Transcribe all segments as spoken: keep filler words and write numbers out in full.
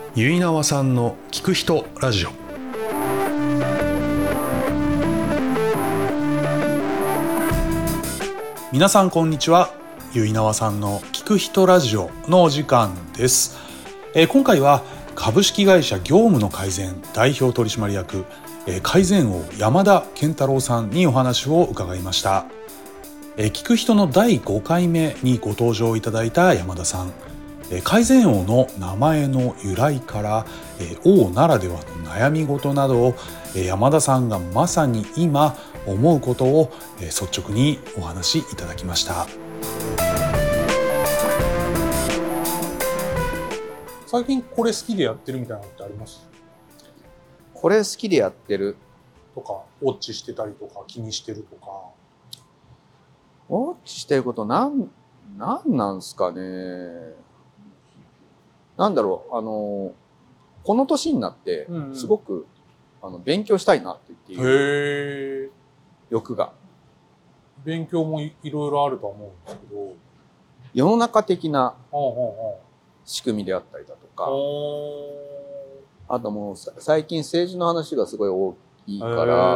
ゆいなわさんの聞く人ラジオ。皆さんこんにちは。ゆいなわさんの聞く人ラジオのお時間です。えー、今回は株式会社業務の改善代表取締役、えー、改善王山田健太郎さんにお話を伺いました。えー、聞く人のだいごかいめにご登場いただいた山田さん、改善王の名前の由来から王ならではの悩み事などを山田さんがまさに今思うことを率直にお話しいただきました。最近これ好きでやってるみたいなのってあります？ これ好きでやってるとか、ウォッチしてたりとか気にしてるとか。 ウォッチしてることなんなんなんすかね。なんだろう、あのこの年になってすごく、うんうん、あの勉強したいなって言っていう欲が。 勉強も い, いろいろあると思うんですけど、 世の中的な仕組みであったりだとか、あともう最近政治の話がすごい大きいから、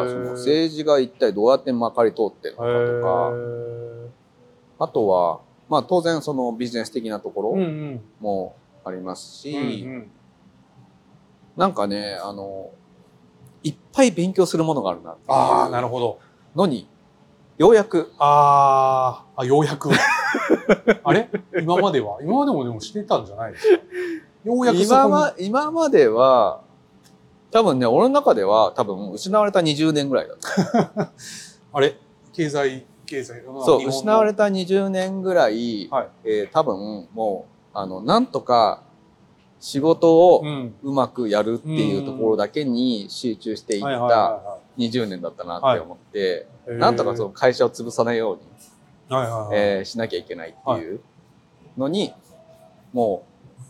その政治が一体どうやってまかり通ってるのかとか、あとはまあ当然そのビジネス的なところも、うんうんありますし、うんうん、なんかね、あのいっぱい勉強するものがあるなっていうああなるほどのにようやくああようやくあれ今までは今までもでもしてたんじゃないですか。ようやくそこに今, ま今までは多分ね俺の中では多分失われたにじゅうねんぐらいだったあれ経済経済そう失われたにじゅうねんぐらい、はいえー、多分もうあのなんとか仕事をうまくやるっていうところだけに集中していったにじゅうねんだったなって思って、なんとかその会社を潰さないように、はいはいはいえー、しなきゃいけないっていうのにも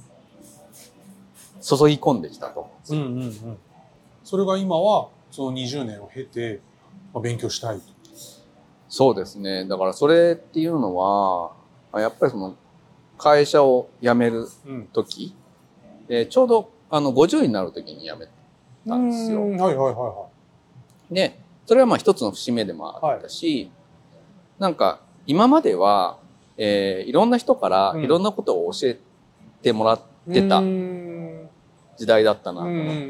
う注ぎ込んできたと思うんですよ。うんうんうん、 それが今はそのにじゅうねんを経て勉強したいと。 そうですね。だからそれっていうのはやっぱりその会社を辞める時、うん、えー、ちょうどあのごじゅうになる時に辞めたんですよ。はいはいはいはい。で、それはまあ一つの節目でもあったし、はい、なんか今までは、えー、いろんな人からいろんなことを教えてもらってた時代だったなと思って、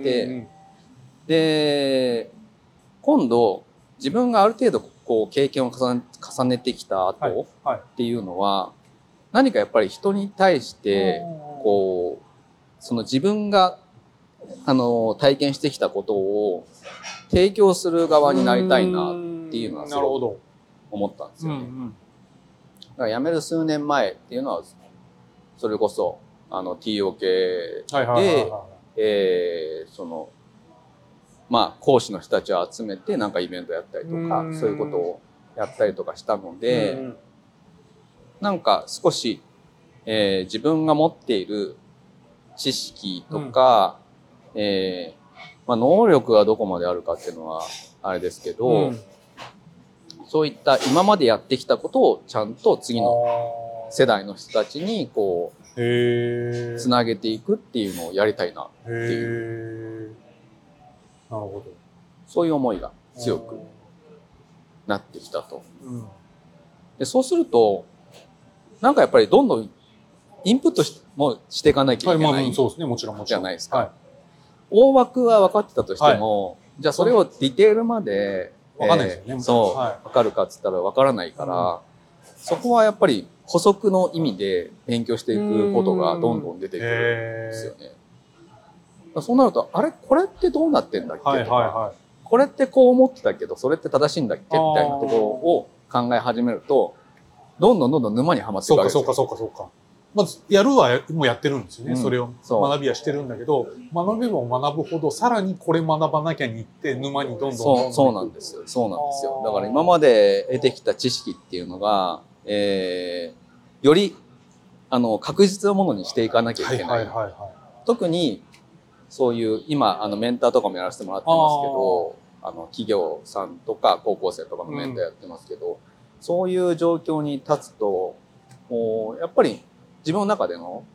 で、今度自分がある程度こう経験を重ね、重ねてきた後っていうのは、はいはい、何かやっぱり人に対してこうその自分があの体験してきたことを提供する側になりたいなっていうのはすごく思ったんですよね。うんうん、だから辞める数年前っていうのはそれこそあの ティーオーケー で、えー、そのまあ講師の人たちを集めてなんかイベントやったりとかそういうことをやったりとかしたので、なんか少し、えー、自分が持っている知識とか、うんえーまあ、能力がどこまであるかっていうのはあれですけど、うん、そういった今までやってきたことをちゃんと次の世代の人たちにこうつなげていくっていうのをやりたいなっていう、 なるほど、 そういう思いが強くなってきたと。うん、でそうするとなんかやっぱりどんどんインプットしもしていかなきゃいけない、はいまあ、そうですね、もちろんもちろんじゃないですか。はい、大枠は分かってたとしても、はい、じゃあそれをディテールまで分かんないですよね。 そう、はい、分かるかっつったら分からないから、うん、そこはやっぱり補足の意味で勉強していくことがどんどん出てくるんですよね。そうなるとあれこれってどうなってんだっけとか、はいはいはい、これってこう思ってたけどそれって正しいんだっけみたいなところを考え始めるとどんどんどんどん沼にはまっていくわけですよ。 そうかそうかそうかそうか。まずやるはもうやってるんですよね、うん、それを学びはしてるんだけど学べば学ぶほどさらにこれ学ばなきゃにいって沼にどんどんどんどんそうそうなんですよそうなんですよだから今まで得てきた知識っていうのが、えー、よりあの確実なものにしていかなきゃいけない、はいはいはいはい、特にそういう今あのメンターとかもやらせてもらってますけどあの企業さんとか高校生とかのメンターやってますけど、うん、そういう状況に立つともうやっぱり自分の中での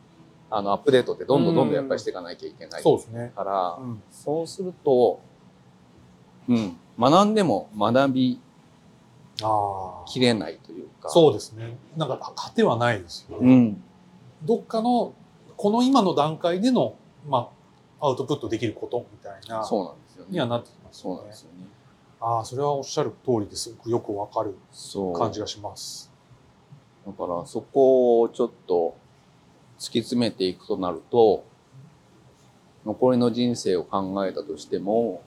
あのアップデートってどんどんどんどんやっぱりしていかなきゃいけないそうですね。 から、 うん、 そうすると、うん、学んでも学びあきれないというか。 そうですね。なんか糧はないですよね。 うん、 どっかのこの今の段階でのまあアウトプットできることみたいなそうなんですよね。 にはなってきますそうよね。 なんですよね。 ああ、それはおっしゃる通りですごくよくわかるそう感じがします。 だからそこをちょっと突き詰めていくとなると、残りの人生を考えたとしても、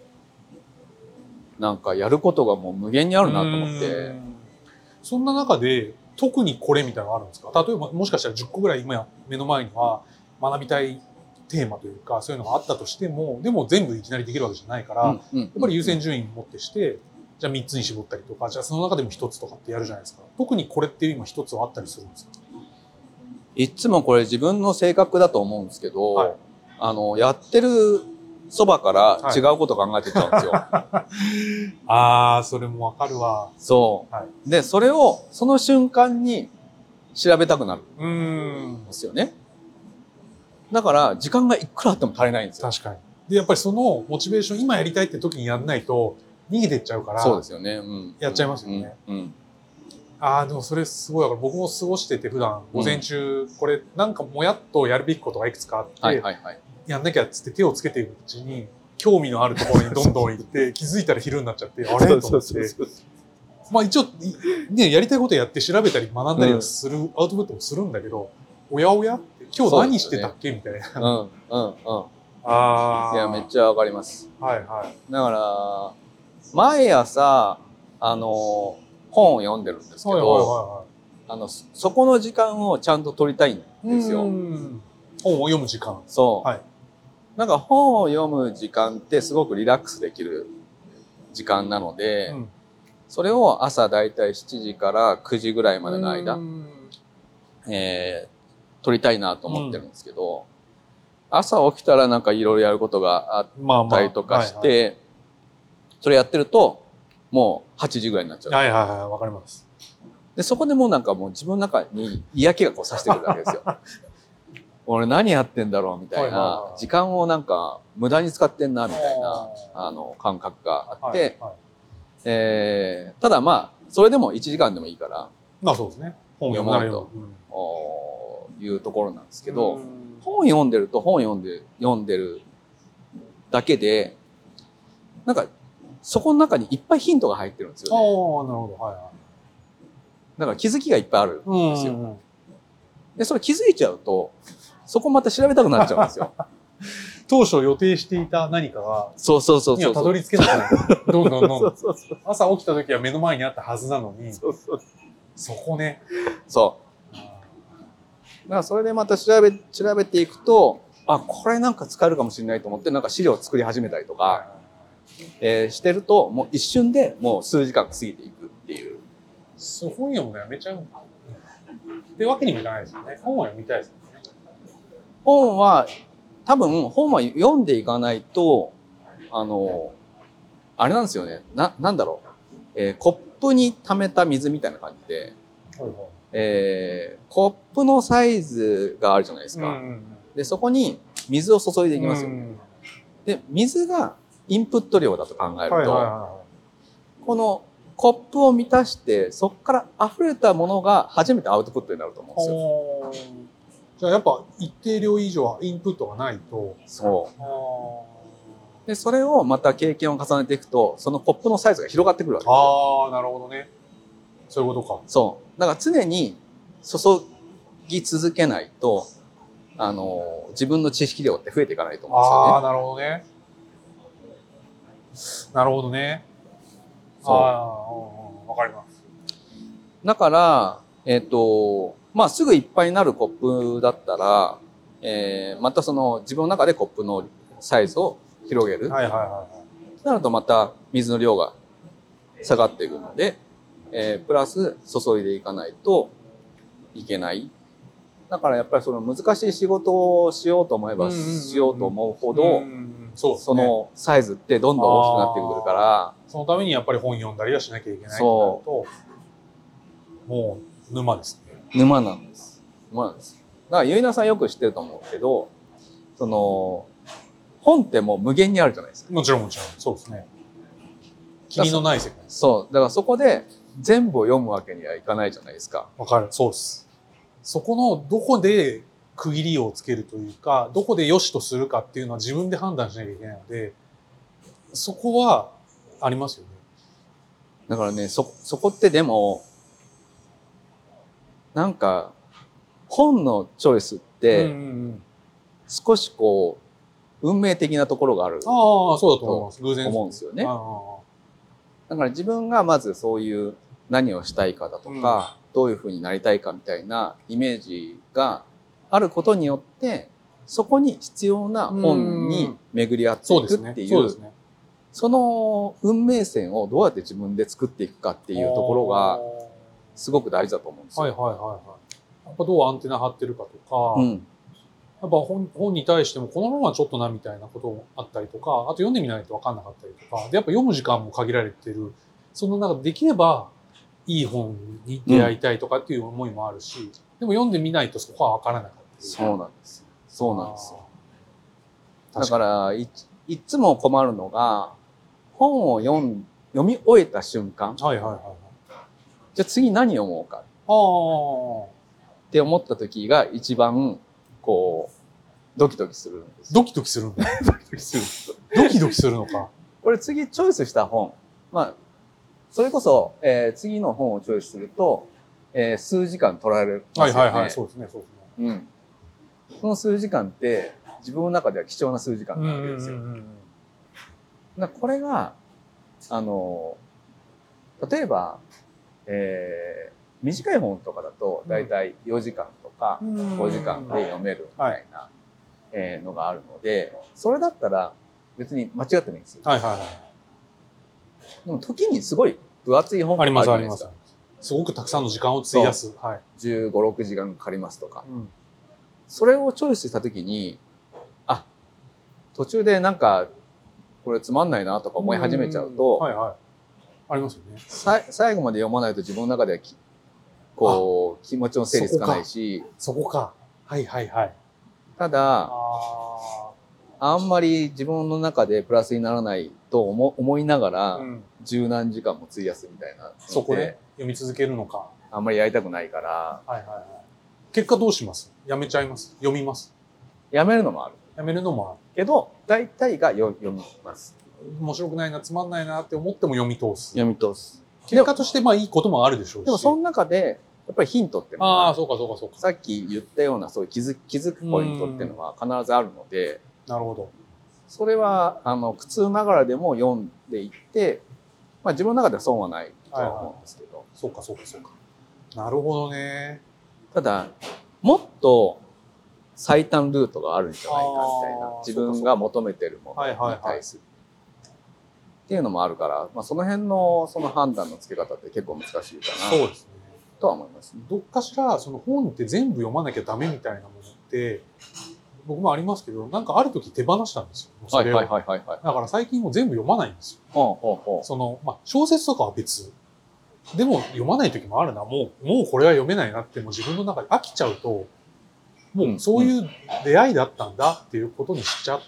なんかやることがもう無限にあるなと思って。 そんな中で特にこれみたいなのがあるんですか？例えばもしかしたらじゅっこぐらい今目の前には学びたいテーマというかそういうのがあったとしても、でも全部いきなりできるわけじゃないから、 うんうん、 やっぱり優先順位持ってして、じゃあみっつに絞ったりとか、じゃあその中でもひとつとかってやるじゃないですか。特にこれっていう今ひとつはあったりするんですか？ いつもこれ自分の性格だと思うんですけど、 はい、 あのやってるそばから違うこと考えていっちゃうんですよ。 はい、ああ、それもわかるわ。 そう、はい、でそれをその瞬間に調べたくなるんですよね。だから時間がいくらあっても足りないんですよ。 確かに。でやっぱりそのモチベーション今やりたいって時にやんないと逃げてっちゃうから。 そうですよね。うん、 やっちゃいますよね。 うんうん、 ああ、でもそれすごい。だから僕も過ごしてて普段午前中、うん、これなんかもやっとやるべきことがいくつかあって、はいはいはい、やんなきゃっつって手をつけていくうちに興味のあるところにどんどん行って気づいたら昼になっちゃってあれと思って。まあ一応ねやりたいことやって調べたり学んだりはする、うん、アウトプットもするんだけど、おやおや今日何してたっけ、ね、みたいな。 うんうんうん。 ああ。 いやめっちゃわかります。 はいはい。 だから毎朝あの本を読んでるんですけど、はいはいはい、あのそこの時間をちゃんと取りたいんですよ。 本を読む時間。 そう。 はい、 なんか本を読む時間ってすごくリラックスできる時間なので、うん、それを朝だいたいしちじからくじぐらいまでの間、えー、取りたいなと思ってるんですけど、うん、朝起きたらなんかいろいろやることがあったりとかして、まあまあはいはい、それやってるともうはちじぐらいになっちゃう。 はいはいはい、わかります。 でそこでもうなんかもう自分の中に嫌気がこうさしてくるわけですよ。俺何やってんだろうみたいな、時間をなんか無駄に使ってんなみたいなあの感覚があって、はいはい、えー、ただまあそれでもいちじかんでもいいからまあそうですね、 本読もうというところなんですけど、本読んでると本読んで読んでるだけでなんかそこの中にいっぱいヒントが入ってるんですよね。 ああ、なるほど、はいはい。 だから気づきがいっぱいあるんですよ。うんうんうん、でそれ気づいちゃうとそこまた調べたくなっちゃうんですよ。 当初予定していた何かがそうそうそうそうにはたどり着けなくなる。どんどんどんどん朝起きた時は目の前にあったはずなのに、そうそうそこね。 そう。だからそれでまた調べ調べていくと、あこれなんか使えるかもしれないと思ってなんか資料を作り始めたりとか、はいえー、してるともう一瞬でもう数時間過ぎていくっていう。 そう本読むのやめちゃうってわけにもいかないですよね。本は読みたいですよね。 本は多分本は読んでいかないとあのあれなんですよね。ななんだろう、えー、コップに溜めた水みたいな感じで、はいはいえー、コップのサイズがあるじゃないですか。うんうんうん、でそこに水を注いでいきますよね。うんうん、で水がインプット量だと考えると、はいはいはい、このコップを満たしてそこから溢れたものが初めてアウトプットになると思うんですよ。 じゃあやっぱ一定量以上はインプットがないと。 そうでそれをまた経験を重ねていくとそのコップのサイズが広がってくるわけですよ。ああなるほどね。そういうことか。 そうだから常に注ぎ続けないとあの自分の知識量って増えていかないと思うんですよね。 ああなるほどね。なるほどね。ああわかります。 だからえっとまあすぐいっぱいになるコップだったら、えー、またその自分の中でコップのサイズを広げる。はいはいはいはい。そうなるとまた水の量が下がっていくので、えー、プラス注いでいかないといけない。だからやっぱりその難しい仕事をしようと思えばしようと思うほど、そのサイズってどんどん大きくなってくるから、 そのためにやっぱり本読んだりはしなきゃいけないとなると、もう沼ですね。 沼なんです。沼なんです。 から結菜さんよく知ってると思うけど、その本ってもう無限にあるじゃないですか。 もちろんもちろん。そうですね。霧のない世界です。 そう。だからそこで全部を読むわけにはいかないじゃないですか。 わかる。そうです。そこのどこで区切りをつけるというか、どこで良しとするかっていうのは自分で判断しなきゃいけないので、そこはありますよね。 だからね、そ、そこってでも、なんか、本のチョイスって、少しこう、運命的なところがある。 ああ、そうだと思います。偶然。 思うんですよね。だから自分がまずそういう何をしたいかだとか、うん、どういうふうになりたいかみたいなイメージがあることによって、そこに必要な本に巡り合っていくっていう、その運命線をどうやって自分で作っていくかっていうところが、すごく大事だと思うんですよ。 はいはいはいはい。やっぱどうアンテナ張ってるかとか、うん、やっぱ 本, 本に対してもこの本はちょっとなみたいなこともあったりとか、あと読んでみないと分かんなかったりとか、でやっぱ読む時間も限られてる、その中でできればいい本に出会いたいとかっていう思いもあるし、うん、でも読んでみないとそこは分からなかったり。 そうなんです。そうなんですよ。だからい、いつも困るのが、本を読ん読み終えた瞬間、 はいはいはいはい、 じゃあ次何読もうかって思った時が一番こうドキドキするんです。 ドキドキするんだ。ドキドキする。ドキドキするのか。 これ次チョイスした本、まあそれこそ、えー、次の本をチョイスすると、えー、数時間取られる、ね。 はいはいはい、そうですねそうですね。 うん。その数時間って自分の中では貴重な数時間なわけですよ。だこれがあの例えば、えー、短い本とかだとだいたいよじかんとかごじかんで読めるみたいな、えー、のがあるので、それだったら別に間違ってないんですよ。 はいはいはい。 でも時にすごい分厚い本があるじゃないですか。ありますあります。 すごくたくさんの時間を費やす。はい、 じゅうご、ろくじかんかかりますとか、うん。それをチョイスした時に、あ、途中でなんかこれつまんないなとか思い始めちゃうと、 はいはい、ありますよね。 さ最後まで読まないと自分の中ではこう気持ちの整理つかないし、 そこか。そこか。はいはいはい。 ただ、あんまり自分の中でプラスにならないと思思いながら、うん、十何時間も費やすみたいな。 そこで読み続けるのか。 あんまりやりたくないから。 はいはいはい。結果どうします？やめちゃいます？読みます？ やめるのもある。 やめるのもある。 けど、大体が読みます。 面白くないな、つまんないなって思っても読み通す。 読み通す。 結果としてまあいいこともあるでしょうし。 でもその中で、やっぱりヒントっていうのは、ああ、そうかそうかそうか。 さっき言ったようなそういう気づ気づくポイントっていうのは必ずあるので、 なるほど。 それはあの苦痛ながらでも読んでいって、まあ自分の中では損はないとは思うんですけど。はいはい、 そうかそうかそうか。なるほどね。 ただ、もっと最短ルートがあるんじゃないかみたいな、自分が求めてるものに対するっていうのもあるから、まあ、その辺のその判断のつけ方って結構難しいかな。 そうですね。 とは思いますね。 どっかしらその本って全部読まなきゃダメみたいなものって僕もありますけど、なんかある時手放したんですよ。それを。はいはいはいはい。だから最近もう全部読まないんですよ。ほうほうほう。そのまあ小説とかは別。でも読まない時もあるな。もうもうこれは読めないなってもう自分の中で飽きちゃうと。もうそういう出会いだったんだっていうことにしちゃって、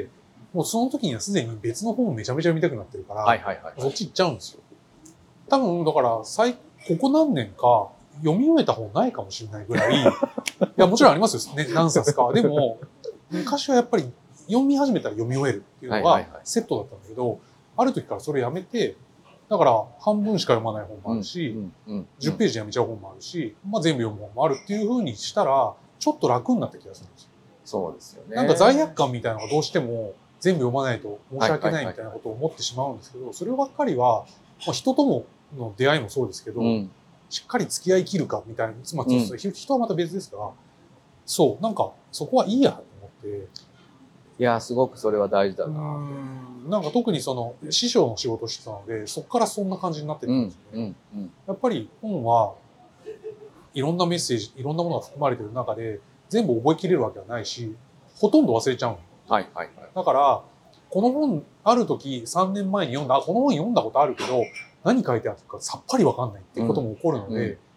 もうその時にはすでに別の本をめちゃめちゃ読みたくなってるから、はいはいはい、そっち行っちゃうんですよ。多分だから最ここ何年か読み終えた本ないかもしれないぐらい、いやもちろんありますよね、何冊か。でも昔はやっぱり読み始めたら読み終えるっていうのがセットだったんだけど、ある時からそれやめて、だから半分しか読まない本もあるし、うんうんうん、じゅっページやめちゃう本もあるし、まあ、全部読む本もあるっていう風にしたらちょっと楽になった気がするんですよ。 そうですよね。 なんか罪悪感みたいなのがどうしても全部読まないと申し訳ないみたいなことを思ってしまうんですけど、そればっかりは、まあ、人ともの出会いもそうですけど、うん、しっかり付き合い切るかみたいな、つまり、うん、人はまた別ですから、そう、なんかそこはいいやと思って。 いや、すごくそれは大事だな。 うん、なんか特にその師匠の仕事をしてたので、そこからそんな感じになってるんですよね。うんうんうん、やっぱり本はいろんなメッセージ、いろんなものが含まれている中で、全部覚えきれるわけはないし、ほとんど忘れちゃうの。 はいはいはい。 だから、この本ある時さんねんまえに読んだ、この本読んだことあるけど、何書いてあるかさっぱりわかんないっていうことも起こるので、うんうんうん、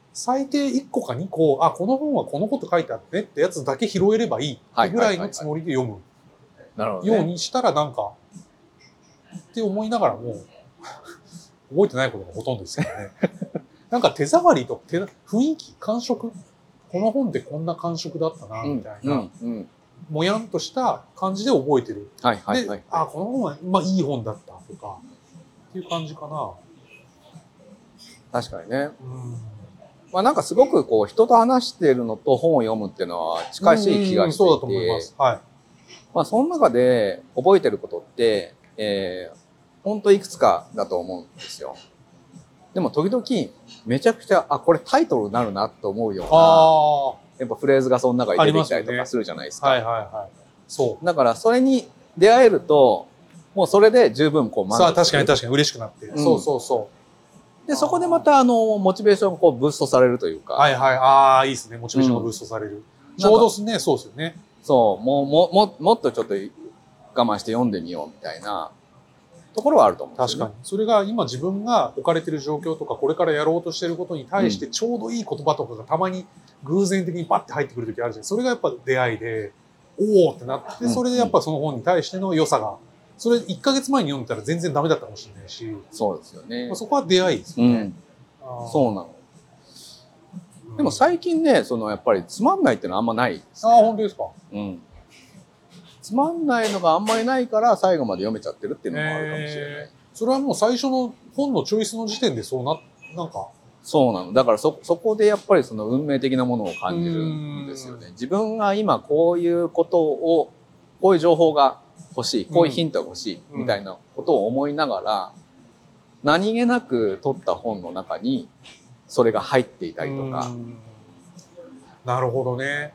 最低いっこかにこ、あ、この本はこのこと書いてあってねってやつだけ拾えればいいってぐらいのつもりで読むようにしたらなんか、って思いながらも、覚えてないことがほとんどですけどね。なんか手触りと手雰囲気、感触、この本ってこんな感触だったな、みたいな、うんうんうん、もやんとした感じで覚えてる。はいはいはい、で、あ、この本は、まあ、いい本だったとか、っていう感じかな。 確かにね。うん、まあなんかすごくこう人と話しているのと本を読むっていうのは近しい気がしていて、そうだと思います。はい。まあその中で覚えてることって、えー、本当いくつかだと思うんですよ。でも時々めちゃくちゃ、あ、これタイトルになるなと思うような、やっぱフレーズがその中に出てきたりとかするじゃないですか。はいはいはい。そう。だからそれに出会えると、もうそれで十分こう満足する。さあ確かに確かに嬉しくなって。うん、そうそうそう。で、そこでまたあの、モチベーションがこうブーストされるというか。はいはい。ああ、いいですね。モチベーションがブーストされる。うん、ちょうどですね、そうですよね。そう、もう、も、も、もっとちょっと我慢して読んでみようみたいなところはあると思うんですよね。確かに。それが今自分が置かれてる状況とか、これからやろうとしてることに対してちょうどいい言葉とかがたまに偶然的にパッて入ってくる時あるじゃん。それがやっぱ出会いで、おーってなって、それでやっぱその本に対しての良さが、それいっかげつまえに読んでたら全然ダメだったかもしれないし。そうですよね。まあ、そこは出会いですよね。うん、そうなの。でも最近ね、そのやっぱりつまんないっていうのはあんまないですね。ああ、本当ですか。うん。つまんないのがあんまりないから最後まで読めちゃってるっていうのもあるかもしれない。えー、それはもう最初の本のチョイスの時点でそうな、なんか。そうなの。だからそ、そこでやっぱりその運命的なものを感じるんですよね。自分が今こういうことを、こういう情報が欲しい、こういうヒントが欲しい、みたいなことを思いながら、何気なく取った本の中に、それが入っていたりとか。なるほどね。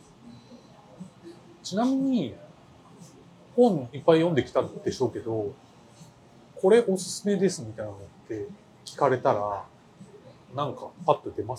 ちなみに、本いっぱい読んできたでしょうけど、これおすすめですみたいなのって聞かれたら、なんかパッと出ます？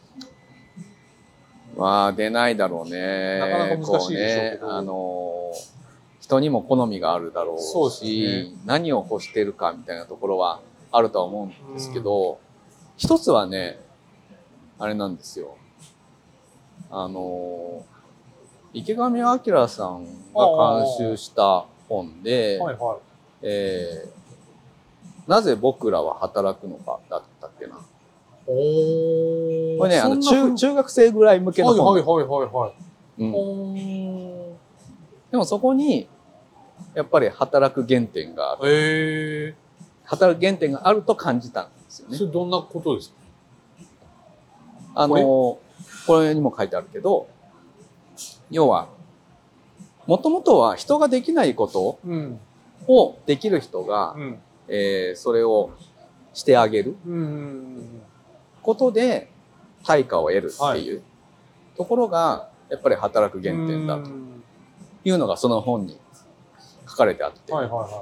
まあ出ないだろうね。なかなか難しいでしょうけど。ね、あの、人にも好みがあるだろうし、そうですね、何を欲してるかみたいなところはあるとは思うんですけど、一つはね、あれなんですよ。あの、池上彰さんが監修した本で、はいはい、えー、なぜ僕らは働くのかだったっけな。おこれね、あの中、中学生ぐらい向けの本。はいはいはいはい、うん。でもそこに、やっぱり働く原点がある。へ働く原点があると感じたんですよね。それどんなことですか？あの、これ、これにも書いてあるけど、要は、もともとは人ができないことをできる人が、うん、えー、それをしてあげることで対価を得るっていうところが、やっぱり働く原点だというのがその本に書かれてあって、はいはいはい、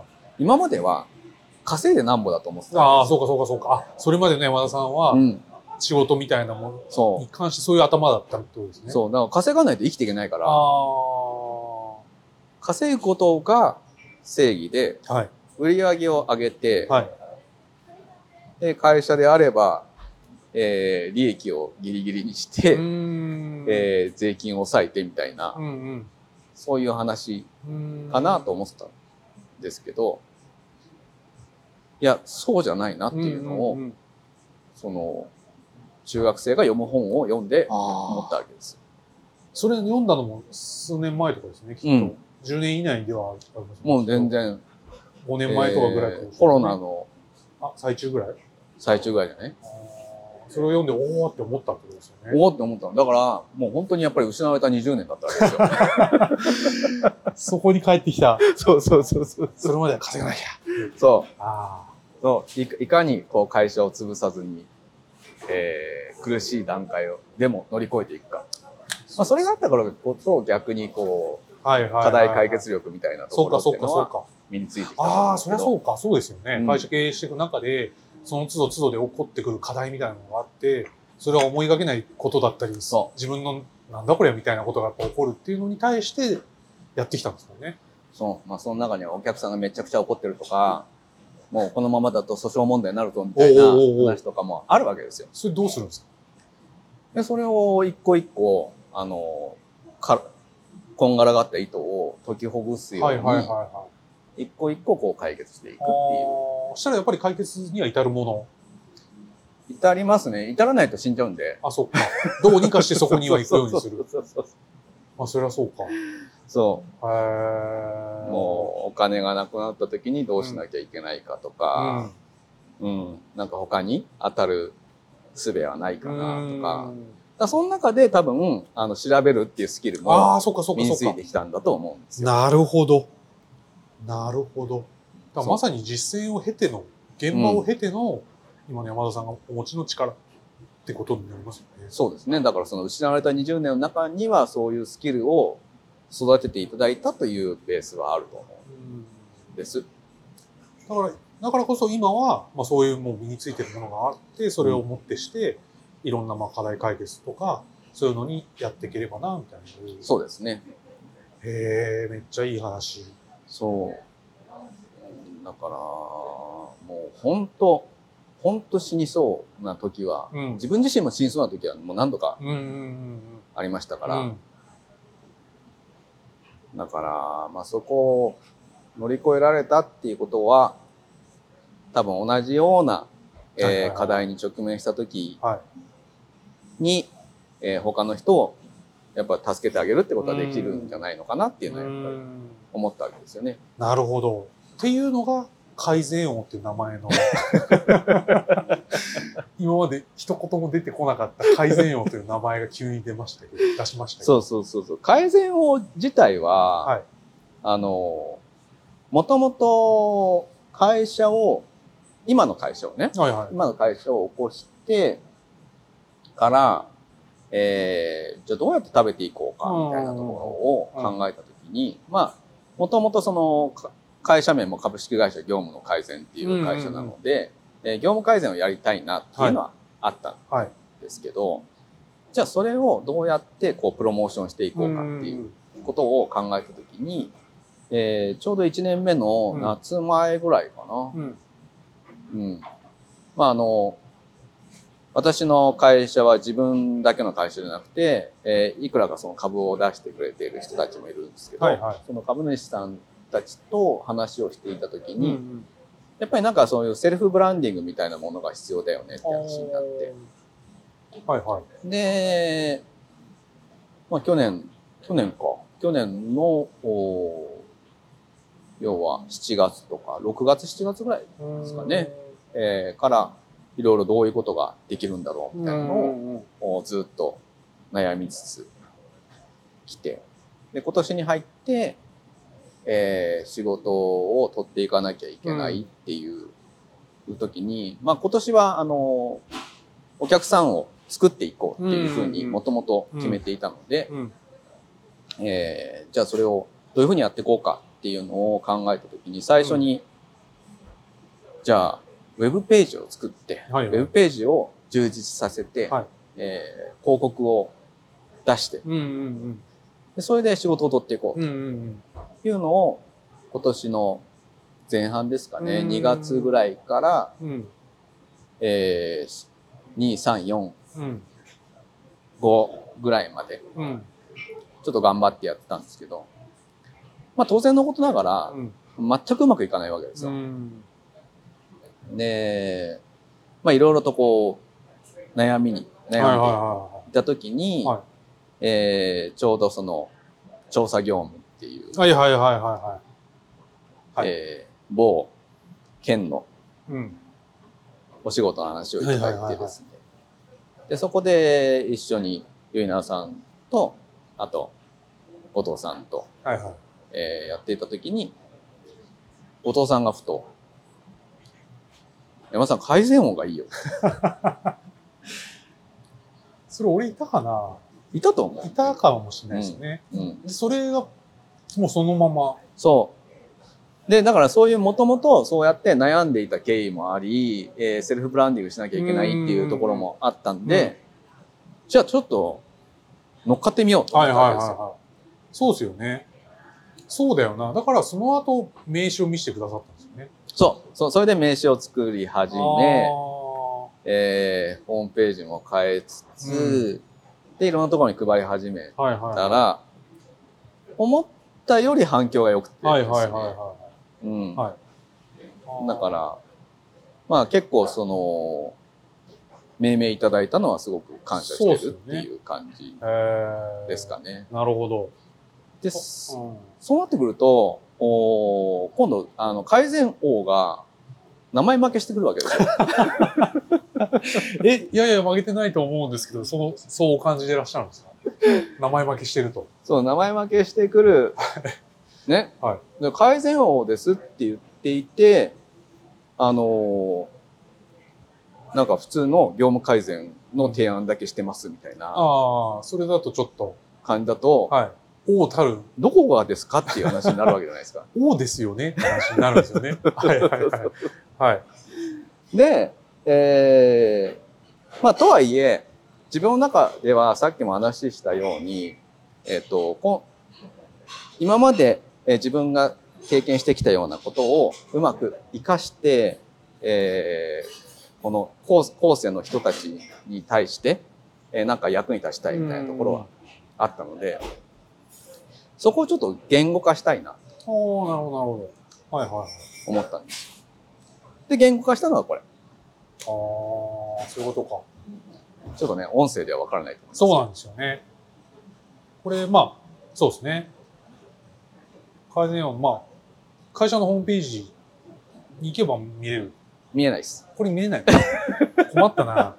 今までは稼いでなんぼだと思ってたんですよ。ああ、そうかそうかそうか。あ、それまでね、和田さんは、うん仕事みたいなものに関してそういう頭だったってことですね。そう。だから稼がないと生きていけないから、稼ぐことが正義で、はい、売り上げを上げて、はい、で会社であれば、えー、利益をギリギリにして、えー、税金を抑えてみたいな、うんうん、そういう話かなと思ってたんですけど、いや、そうじゃないなっていうのを、うんうんうん、その、中学生が読む本を読んで思ったわけです。それ読んだのも数年前とかですね、きっと。うん、じゅうねん以内ではありますね。もう全然。ごねんまえとかぐらいかもしれない、ねえー。コロナの。あ、最中ぐらい最中ぐらいじゃないそれを読んで、おーって思ったってことですよね。おーって思ったの。だから、もう本当にやっぱり失われたにじゅうねんだったわけですよ。そこに帰ってきた。そうそうそうそう。それまでは稼がなきゃ。そう。あそうい。いかにこう会社を潰さずに、えー、苦しい段階をでも乗り越えていくか。まあ、それがあったからこそ逆にこう、はいはいはいはい、課題解決力みたいなところっていうのは身についてきた。ああ、そりゃそうか、そうですよね。うん、会社経営していく中で、その都度都度で起こってくる課題みたいなのがあって、それは思いがけないことだったり、自分のなんだこれみたいなことがやっぱ起こるっていうのに対してやってきたんですよね。そう。まあその中にはお客さんがめちゃくちゃ怒ってるとか、もうこのままだと訴訟問題になるとみたいな話とかもあるわけですよ。それどうするんですか？ でそれを一個一個あのかこんがらがった糸を解きほぐすように一個一個こう解決していくっていう。 そしたらやっぱり解決には至るもの。 至りますね。至らないと死んじゃうんで。 あ、そっか。どうにかしてそこには行くようにする。あ、そりゃそうか。 そう。 へー。 もうお金がなくなった時にどうしなきゃいけないかとか、うん、うん、なんか他に当たる術はないかなとか。だその中で多分あの調べるっていうスキルも身についてきたんだと思うんですよ。 なるほど。なるほど。だまさに実践を経ての、現場を経ての、うん、今の山田さんがお持ちの力ってことになりますよね。 そうですね。だからその失われたにじゅうねんの中にはそういうスキルを育てていただいたというベースはあると思うんです。 だから、だからこそ今は、まあそういうもう身についてるものがあって、それをもってして、いろんなまあ課題解決とか、そういうのにやっていければな、みたいな。 そうですね。 へえ、めっちゃいい話。 そう。だから、もう本当、本当死にそうな時は、うん、自分自身も死にそうな時はもう何度かありましたから、うん、だから、まあそこを乗り越えられたっていうことは、多分同じような、えー、課題に直面した時に、えー、他の人をやっぱ助けてあげるってことはできるんじゃないのかなっていうのはやっぱり思ったわけですよね。 なるほど。っていうのが改善王っていう名前の今まで一言も出てこなかった改善王という名前が急に出ましたけど、出しましたけど。 そうそうそう。改善王自体は、はい、あの、もともと会社を、今の会社をね、はいはい、今の会社を起こしてから、えー、じゃあどうやって食べていこうかみたいなところを考えたときに、まあ、もともとその会社名も株式会社業務の改善っていう会社なので、えー、業務改善をやりたいなっていうのはあったんですけど、はいはい、じゃあそれをどうやってこうプロモーションしていこうかっていうことを考えたときに、えー、ちょうどいちねんめの夏前ぐらいかな。うん。うん、まああの、私の会社は自分だけの会社じゃなくて、えー、いくらかその株を出してくれている人たちもいるんですけど、はいはい、その株主さんたちと話をしていたときに、うんうん、やっぱりなんかそういうセルフブランディングみたいなものが必要だよねって話になって。はいはい。で、まあ去年、去年か。去年の、要はしちがつとか、ろくがつ、しちがつぐらいですかね。えー、から、いろいろどういうことができるんだろうみたいなのをずっと悩みつつ来て、で今年に入って、えー、仕事を取っていかなきゃいけないっていう時に、まあ今年はあのお客さんを作っていこうっていうふうにもともと決めていたので、えー、じゃあそれをどういうふうにやっていこうかっていうのを考えた時に最初に、じゃあウェブページを作って、はいはい、ウェブページを充実させて、はい、えー、広告を出して、うんうんうん、でそれで仕事を取っていこうというのを今年の前半ですかね、うんうん、にがつぐらいから、うん、えー、に、さん、よん、うん、ごぐらいまで、うん、ちょっと頑張ってやってたんですけど、まあ当然のことながら、うん、全くうまくいかないわけですよ。うんで、まあいろいろとこう悩みに悩んでいたときに、はい、えー、ちょうどその調査業務っていう、はいはいはいはいはい、えー、某県のお仕事の話をいただいてですね、でそこで一緒にゆいなさんとあと後藤さんと、はいはい、えー、やっていたときに後藤さんがふと山田さん改善音がいいよ。 それ俺いたかな？ いたと思う。 いたかもしれないですね。うんうん、でそれがもうそのまま。 そう。で、だからそういうもともとそうやって悩んでいた経緯もあり、えー、セルフブランディングしなきゃいけないっていうところもあったんで、うん、じゃあちょっと乗っかってみようと思ったわけですよ。はいはいはいはい。 そうですよね。そうだよな。だからその後名刺を見せてくださったんですよね。 そう。そう。それで名刺を作り始め、 えー、ホームページも変えつつ、うん、でいろんなところに配り始めたら、はいはいはい、思ったより反響が良くてですね、はいはいはいはい、うん、はい、だからまあ結構その命名いただいたのはすごく感謝してるっていう感じですかね。 なるほど。 で、うん、そうなってくるとお今度あの改善王が名前負けしてくるわけですよ。 え、いやいや負けてないと思うんですけど、そのそう感じてらっしゃるんですか？名前負けしてると。 そう名前負けしてくるね。はい。で改善王ですって言っていて、あのー、なんか普通の業務改善の提案だけしてますみたいな。 ああ、それだとちょっと感じだと、 はい。王たるどこがですかっていう話になるわけじゃないですか。 王ですよねって話になるんですよね。はいはいはい。はい。 で、えー、まあとはいえ自分の中ではさっきも話したように、えっとこ今まで自分が経験してきたようなことをうまく活かして、えー、この後後世の人たちに対して、えー、なんか役に立ちたいみたいなところはあったので、そこをちょっと言語化したいなと。おー、なるほどなるほど。はいはい。 思ったんです。で言語化したのはこれ。ああ、そういうことか。 ちょっとね音声では分からないと思います。 そうなんですよね。これまあそうですね。改善案、まあ会社のホームページに行けば見れる。 見えないです。 これ見えない。困ったな。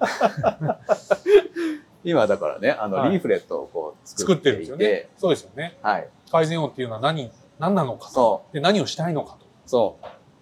今だからね、あの、はい、リーフレットをこう作っていて、作ってるんですよね。そうですよね。 はい。 改善案っていうのは何、何なのかと。で、何をしたいのかと。 そう。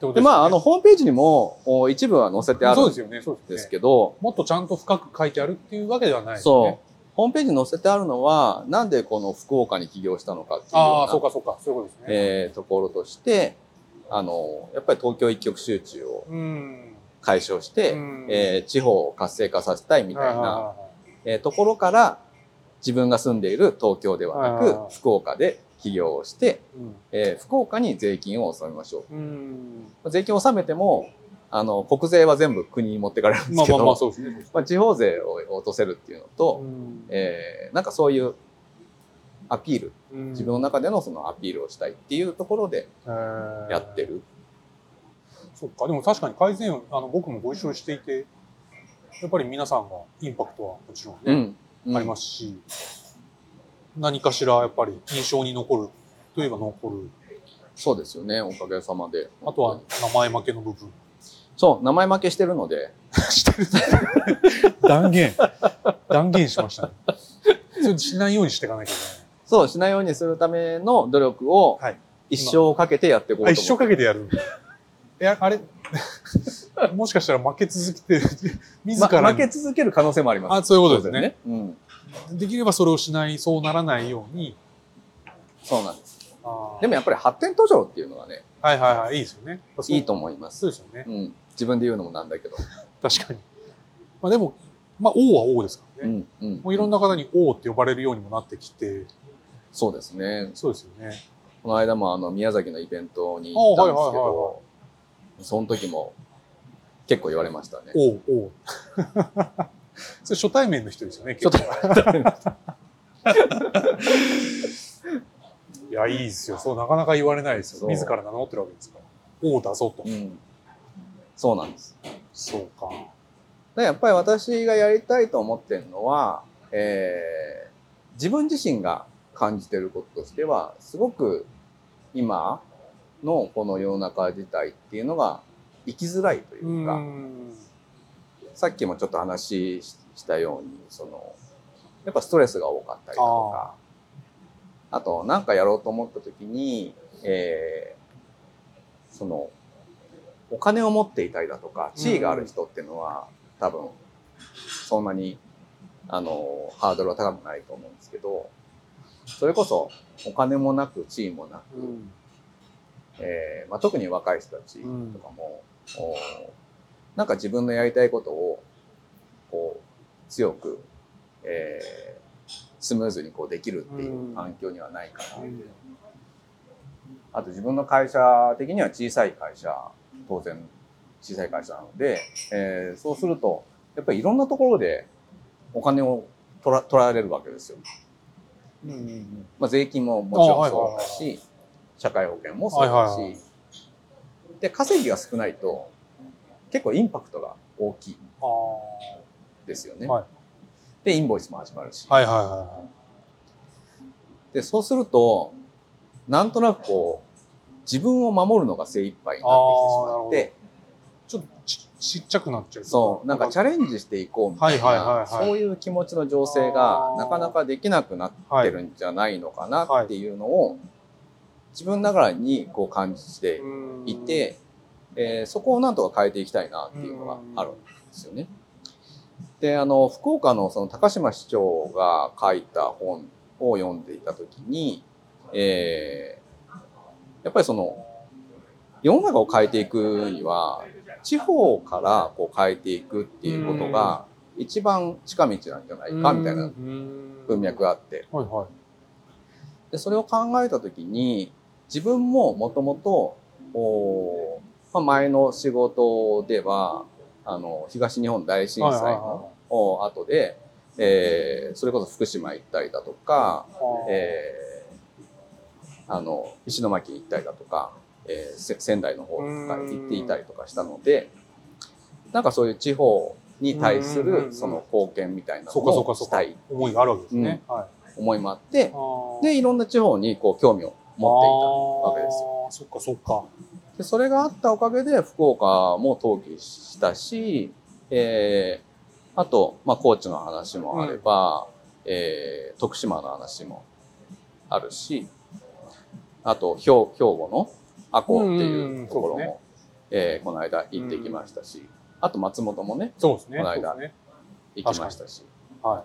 で、ね、まあ、あの、ホームページにも一部は載せてあるんですけど、 そうですよね。ですけど、もっとちゃんと深く書いてあるっていうわけではないですね。そう。 ホームページに載せてあるのは、なんでこの福岡に起業したのかっていうような、 ああ、そうかそうか、そういうことですね。 えー、ところとして、あの、やっぱり東京一極集中を解消して、えー、地方を活性化させたいみたいな、えー、ところから、自分が住んでいる東京ではなく、福岡で起業をして、えー、福岡に税金を納めましょう。うん、税金を納めても、あの、国税は全部国に持ってかれるんですけど、地方税を落とせるっていうのと、うん、えー、なんかそういうアピール、うん、自分の中でのそのアピールをしたいっていうところでやってる。 そっか、でも確かに改善、あの、僕もご一緒していて、やっぱり皆さんがインパクトはもちろんね、うんうん、ありますし、何かしらやっぱり印象に残るといえば残る。 そうですよね、おかげさまで。 あとは名前負けの部分。 そう、名前負けしてるので。 してる断言。断言しましたね。それしないようにしていかなきゃいけない。 そう、しないようにするための努力を一生かけてやっていこうと思って。 一生かけてやる。いや、あれもしかしたら負け続けて、 自ら、ま、負け続ける可能性もあります。 あ、そういうことですね。うん、できればそれをしない、そうならないように。 そうなんです。でもやっぱり発展途上っていうのはね。 はいはいはい、いいですよね。 いいと思います。 そうですよね。 うん。自分で言うのもなんだけど。 確かに。まあでも、まあ王は王ですからね。うんうん、もういろんな方に王って呼ばれるようにもなってきて。 そうですね。 そうですよね。 この間もあの宮崎のイベントに行ったんですけど、その時も結構言われましたね。 王、王。それ初対面の人ですよね、結構。初対面の人。いや、いいですよ。そう、なかなか言われないですよ。自ら名乗ってるわけですから。王だぞと。うん、 そうなんです。 そうか。 でやっぱり私がやりたいと思ってるのは、えー、自分自身が感じてることとしては、すごく今のこの世の中自体っていうのが生きづらいというか、うさっきもちょっと話したように、その、やっぱストレスが多かったりだとか、あと、なんかやろうと思った時に、えー、その、お金を持っていたりだとか、地位がある人っていうのは、多分、そんなに、あの、ハードルは高くないと思うんですけど、それこそ、お金もなく、地位もなく、うん、えーまあ、特に若い人たちとかも、うん、なんか自分のやりたいことを、こう、強く、えースムーズにこうできるっていう環境にはないかな、うん、あと自分の会社的には小さい会社、当然小さい会社なので、えー、そうするとやっぱりいろんなところでお金を取ら取られるわけですよ。 うんうんうん、 まあ、税金ももちろんそうだし、社会保険もそうだし、はいはいはい、で稼ぎが少ないと結構インパクトが大きいですよね。はい、でインボイスも始まるし、はいはいはいはい、でそうするとなんとなくこう自分を守るのが精一杯になってきてしまって、 ちょっと ち, ちっちゃくなっちゃう。 そうなんかチャレンジしていこうみたいな、はいはいはいはい、そういう気持ちの醸成がなかなかできなくなってるんじゃないのかなっていうのを自分ながらにこう感じていて、えー、そこをなんとか変えていきたいなっていうのがあるんですよね。であの福岡のその高島市長が書いた本を読んでいた時に、えー、やっぱりその世の中を変えていくには地方からこう変えていくっていうことが一番近道なんじゃないかみたいな文脈があって、はいはい、でそれを考えた時に自分ももともと前の仕事ではあの東日本大震災の後で、えー、それこそ福島行ったりだとか、えー、あの石巻行ったりだとか、えー、仙台の方とか行っていたりとかしたので、なんかそういう地方に対するその貢献みたいなのをしたい思いがあるわけですね。うん、はい、 思いもあって、でいろんな地方にこう興味を持っていたわけですよ。 そっかそっか。 でそれがあったおかげで福岡も登記したし、えー、あと、まあ、高知の話もあれば、うん、えー、徳島の話もあるし、あと兵庫の阿古っていうところも、うんうんねえー、この間行ってきましたし、うん、あと松本もね、 そうですね、 この間行きましたし、 はい、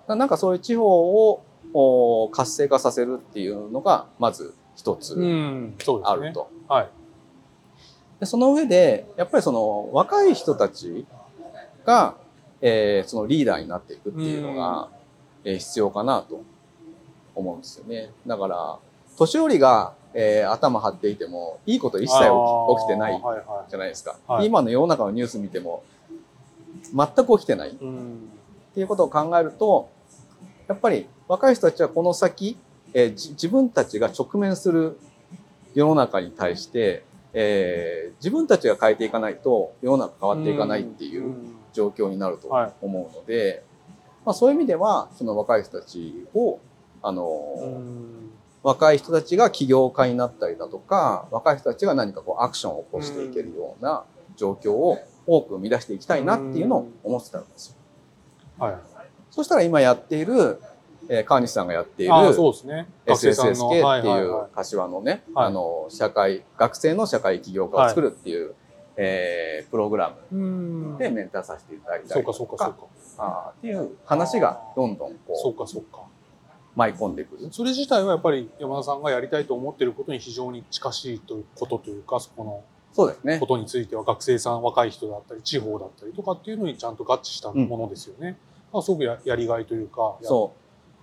なんかそういう地方を活性化させるっていうのがまず一つあると。 うん、はい、 でその上でやっぱりその若い人たちが、えー、そのリーダーになっていくっていうのが、うん、えー、必要かなと思うんですよね。だから年寄りが、えー、頭張っていてもいいこと一切起 き, 起きてないじゃないですか、はいはい、今の世の中のニュース見ても全く起きてない、うん、っていうことを考えるとやっぱり若い人たちはこの先、えー、自分たちが直面する世の中に対して、えー、自分たちが変えていかないと世の中変わっていかないっていう状況になると思うので、はい、まあ、そういう意味ではその若い人たちをあの若い人たちが起業家になったりだとか若い人たちが何かこうアクションを起こしていけるような状況を多く生み出していきたいなっていうのを思ってたんですよ。はい、そしたら今やっている、えー、川西さんがやっている エスエスエスケー っていう柏のね、はい、あの社会学生の社会起業家を作るっていう、はい、えー、プログラムでメンターさせていただいたりとかっていう話がどんどんこう。 そうかそうか舞い込んでくる。 それ自体はやっぱり山田さんがやりたいと思っていることに非常に近しいということというか、そこのそうですね。 ことについては学生さん、若い人だったり地方だったりとかっていうのにちゃんと合致したものですよね。うん、すごく や, やりがいというか。 そう。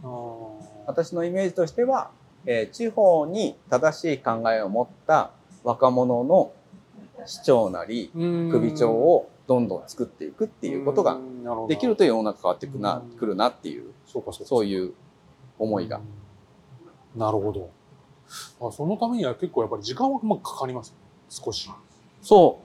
私のイメージとしては、えー、地方に正しい考えを持った若者の市長なり首長をどんどん作っていくっていうことができると世の中変わってくなくるなっていう、 そうかそうかそういう思いが。 なるほど。あ、そのためには結構やっぱり時間はまあかかりますね。少し。 そう。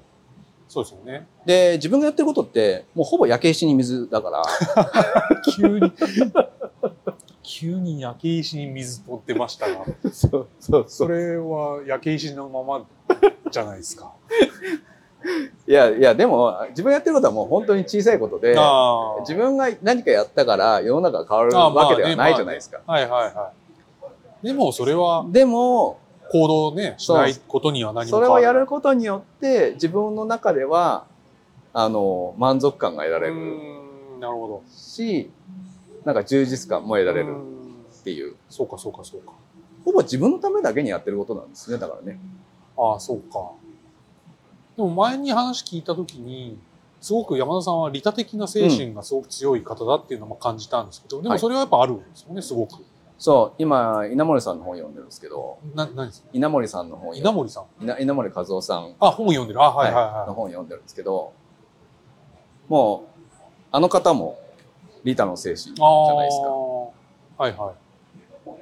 そうですよね。 で、自分がやってることってもうほぼ焼け石に水だから。 急に急に焼け石に水とってましたが。 そうそうそう。 それは焼け石のままじゃないですか。 いやいやでも自分がやってることはもう本当に小さいことで、自分が何かやったから世の中が変わるわけではないじゃないですか。 まあね、まあね、はいはいはい。でもそれはでも行動ねしないことには何も変わらない。 それをやることによって自分の中ではあの満足感が得られる。 なるほど。 し、なんか充実感も得られるっていう。 そうかそうかそうか。 ほぼ自分のためだけにやってることなんですね。だからね。 ああそうか。でも前に話聞いた時にすごく山田さんは利他的な精神がすごく強い方だっていうのも感じたんですけど、うん、でもそれはやっぱあるんですよね、すごく。 そう、今稲森さんの本読んでるんですけど。 な、何ですか？ 稲森さんの本。 稲森さん。 稲森和夫さん。 あ、本読んでる。あ、はいはいはい。 の本読んでるんですけど、もうあの方も利他の精神じゃないですか。 はいはい。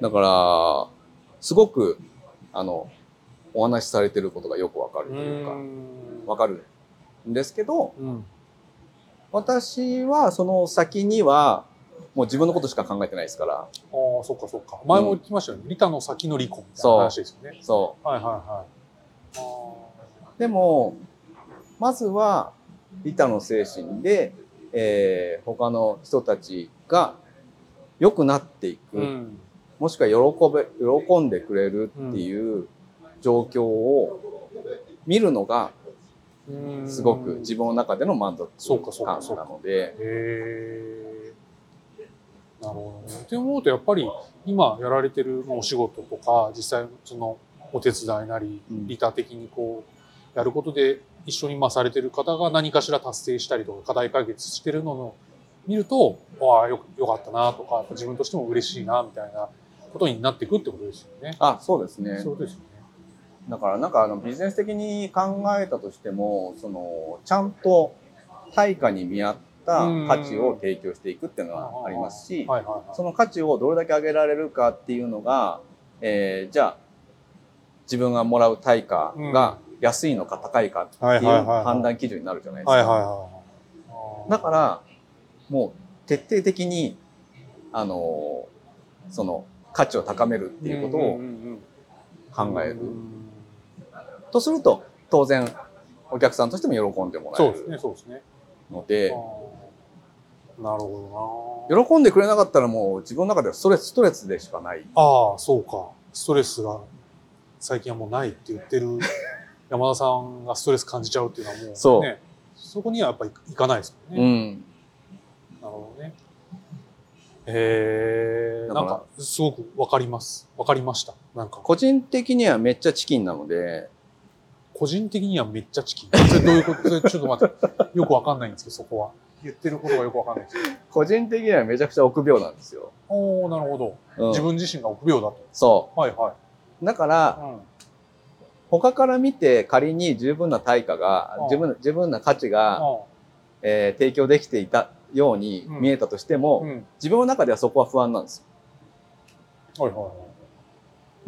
だからすごくあのお話しされてることがよくわかるというかわかるんですけど、うん、私はその先にはもう自分のことしか考えてないですから。ああ、 そっかそっか。前も言ってましたよね。利他の先の利己みたいな話ですよね。 そう。 はいはいはい。 あでもまずは利他の精神で、えー、他の人たちが良くなっていく、うん、もしくは喜べ喜んでくれるっていう状況を見るのがすごく自分の中での満足感なので。 へー、なるほどね。って思うとやっぱり今やられてるお仕事とか実際そのお手伝いなり利他的にこうやることで一緒にまあされてる方が何かしら達成したりとか課題解決してるのを見ると、ああよよかったなとか自分としても嬉しいなみたいなことになっていくってことですよね。 あ、そうですね。 そうですよね。 だからなんかあのビジネス的に考えたとしても、そのちゃんと対価に見合った価値を提供していくっていうのはありますし、その価値をどれだけ上げられるかっていうのが、えー、じゃあ自分がもらう対価が安いのか高いかっていう判断基準になるじゃないですか。だからもう徹底的にあのその価値を高めるっていうことを考えるとすると、当然お客さんとしても喜んでもらえるので、 なるほどな。喜んでくれなかったらもう自分の中ではストレスストレスでしかない。 ああ、そうか。ストレスが最近はもうないって言ってる山田さんがストレス感じちゃうっていうのはもうね、そう、そこにはやっぱりいかないですもんね。うん、なるほどね。へえ、なんかすごくわかります。わかりました。なんか個人的にはめっちゃチキンなので。 個人的にはめっちゃチキン。それどういうこと？それちょっと待って。よくわかんないんですけど、そこは。言ってることがよくわかんないんですけど。 個人的にはめちゃくちゃ臆病なんですよ。 おお、なるほど、うん。自分自身が臆病だと。 そう。 はいはい。 だから、うん、他から見て仮に十分な対価が、うん、十分な、十分な価値が、うん、えー、提供できていたように見えたとしても、うんうん、自分の中ではそこは不安なんですよ。はいはいはい。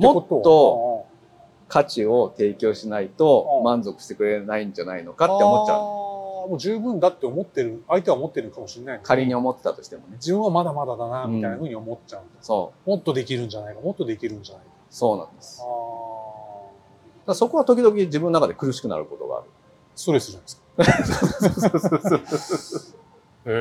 もっと価値を提供しないと満足してくれないんじゃないのかって思っちゃう。 もう十分だって思ってる、相手は思ってるかもしれない、ね。 仮に思ってたとしてもね。 自分はまだまだだな、みたいなふうに思っちゃう、うん。そう。もっとできるんじゃないか、もっとできるんじゃないか。 そうなんです。あだそこは時々自分の中で苦しくなることがある。 ストレスじゃないですか。へ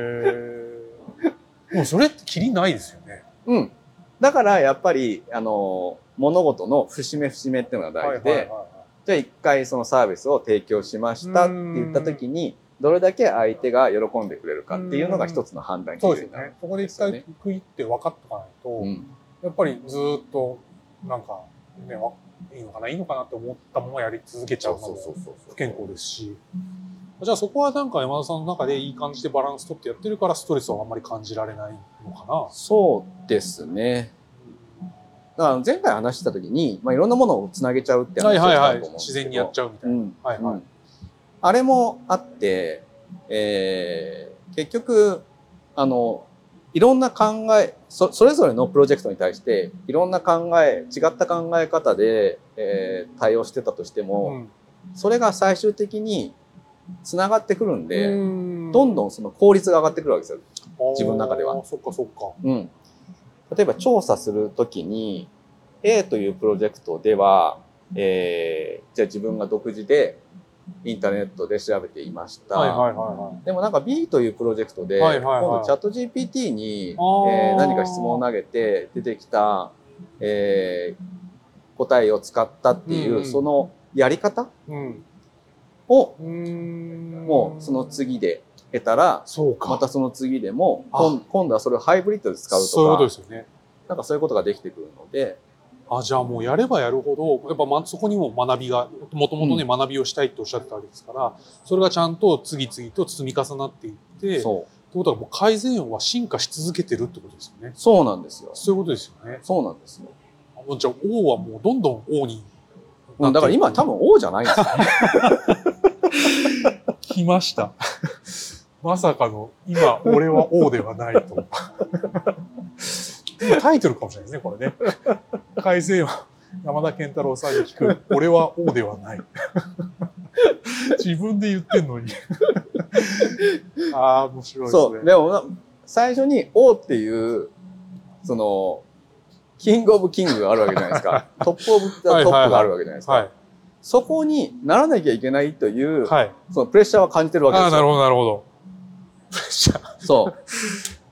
え。もうそれってキリないですよね。 うん。だからやっぱり、あの、物事の節目節目っていうのが大事で、じゃあ一回そのサービスを提供しましたって言った時に、どれだけ相手が喜んでくれるかっていうのが一つの判断基準になる。 そこで一回区切って分かっとかないと、うん、やっぱりずっとなんか、ね、いいのかないいのかなって思ったままやり続けちゃうのも不健康ですし、じゃあそこはなんか山田さんの中でいい感じでバランス取ってやってるからストレスはあんまり感じられないのかな。 そうですね。だから前回話した時に、まあ、いろんなものをつなげちゃうって話をしたと思うんですけど、自然にやっちゃうみたいな、うんはいはい、 あれもあって、えー、結局あのいろんな考え そ, それぞれのプロジェクトに対していろんな考え違った考え方で、えー、対応してたとしても、うん、それが最終的につながってくるんで、んどんどんその効率が上がってくるわけですよ、自分の中では。 そっかそっか。 うん。例えば調査するときに A というプロジェクトでは、えー、じゃあ自分が独自でインターネットで調べていました。でもなんか B というプロジェクトで、今度チャット ジーピーティー に、えー、何か質問を投げて出てきた、えー、答えを使ったっていう、うん、そのやり方、うんをもうその次で得たらまたその次でも今度はそれをハイブリッドで使うとか、そういうことですよね。なんかそういうことができてくるので、 あじゃあもうやればやるほどやっぱまそこにも学びがもともとね、うん、学びをしたいっておっしゃってたわけですから、それがちゃんと次々と積み重なっていってそうってことはもう改善は進化し続けてるってことですよね。 そうなんですよ。 そういうことですよね。 そうなんですよ。 じゃあ王はもうどんどん王にだから今多分王じゃないんですよね。 来ました。 まさかの今俺は王ではないと。タイトルかもしれないですねこれね。改善を山田健太郎さんに聞く俺は王ではない。自分で言ってんのに。ああ面白いですね。 そうでも最初に王っていうそのキングオブキングがあるわけじゃないですか。トップオブトップがあるわけじゃないですか。はいはいはい、そこにならなきゃいけないという、はい、そのプレッシャーは感じてるわけですよ。 ああなるほどなるほど。プレッシャー。 そう。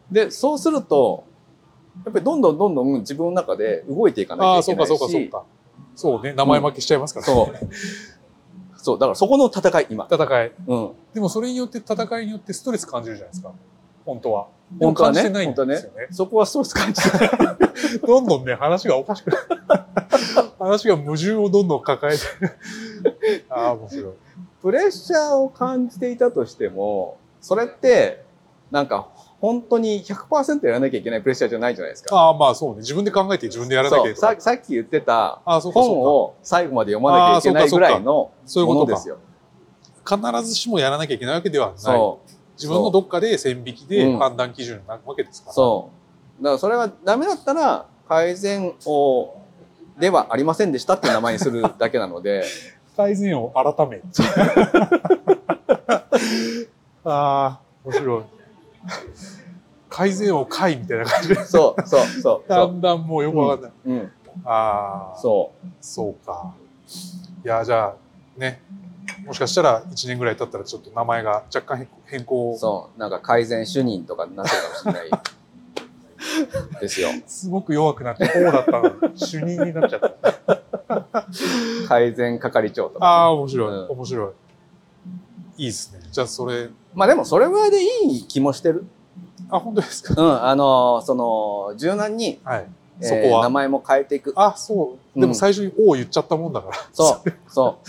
でそうするとやっぱりどんどんどんどん自分の中で動いていかなきゃいけないし。ああそうかそうかそうか。 そうね名前負けしちゃいますからね。 うん、そう。そうだからそこの戦い今。 戦い。うん。でもそれによって戦いによってストレス感じるじゃないですか。本当は。本当はね。感じてないんですよね。ねそこはストレス感じてない。 どんどんね話がおかしくなる。話が矛盾をどんどん抱えて。ああ面白い。 プレッシャーを感じていたとしても、それってなんか本当に ひゃくパーセント やらなきゃいけないプレッシャーじゃないじゃないですか。 ああまあそうね。自分で考えて自分でやらなきゃいけない。 さ, さっき言ってた本を最後まで読まなきゃいけないぐらいのものですよ。 必ずしもやらなきゃいけないわけではない。そう自分のどっかで線引きで判断基準になるわけですから。 そう。だからそれはダメだったら改善をではありませんでしたっていう名前にするだけなので。 改善を改め。ああ面白い。改善を改みたいな感じで。 そうそうそう。 だんだんもうよくわかんない。 うんうん、 ああそうそうか。いやじゃあね。もしかしたらいちねんぐらい経ったらちょっと名前が若干変更。 そうなんか改善主任とかになってるかもしれないですよ。 すごく弱くなってこうだったのに主任になっちゃった。 改善係長とか、ね。 ああ面白い、うん、面白い。いいですね。じゃあそれまあでもそれぐらいでいい気もしてる。 あ本当ですか。 うんあのその柔軟に。はいえー、そこは名前も変えていく。 あ、そう。でも最初に「お」言っちゃったもんだから。 そうそう。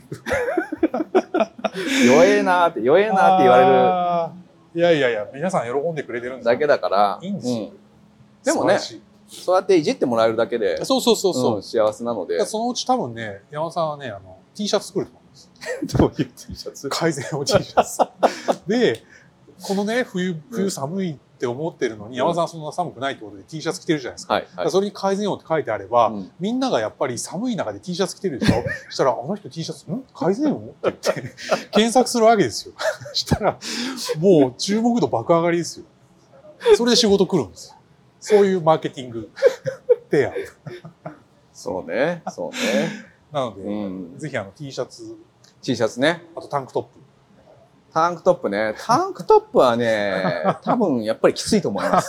弱えなーって弱えなーって言われる。いやいやいや皆さん喜んでくれてるんですだけだからいいんですよ、うん、 でもねそうやっていじってもらえるだけでそうそうそうそう、 うん、幸せなのでそのうち多分ね山本さんはねあの T シャツ作ると思うんですどういう T シャツ改善を T シャツでこのね冬冬寒いって思ってるのに、うん、山田さんそんな寒くないってことで T シャツ着てるじゃないですか。はいはい、それに改善をって書いてあれば、うん、みんながやっぱり寒い中で T シャツ着てるでしょそしたら、あの人 T シャツ、ん改善をって言って検索するわけですよ。そしたら、もう注目度爆上がりですよ。それで仕事来るんですよ。そういうマーケティング提案。 そうね、そうね。 なので、うん、ぜひあの T シャツ。 T シャツね。 あとタンクトップ。 タンクトップね。タンクトップはね、多分やっぱりきついと思います。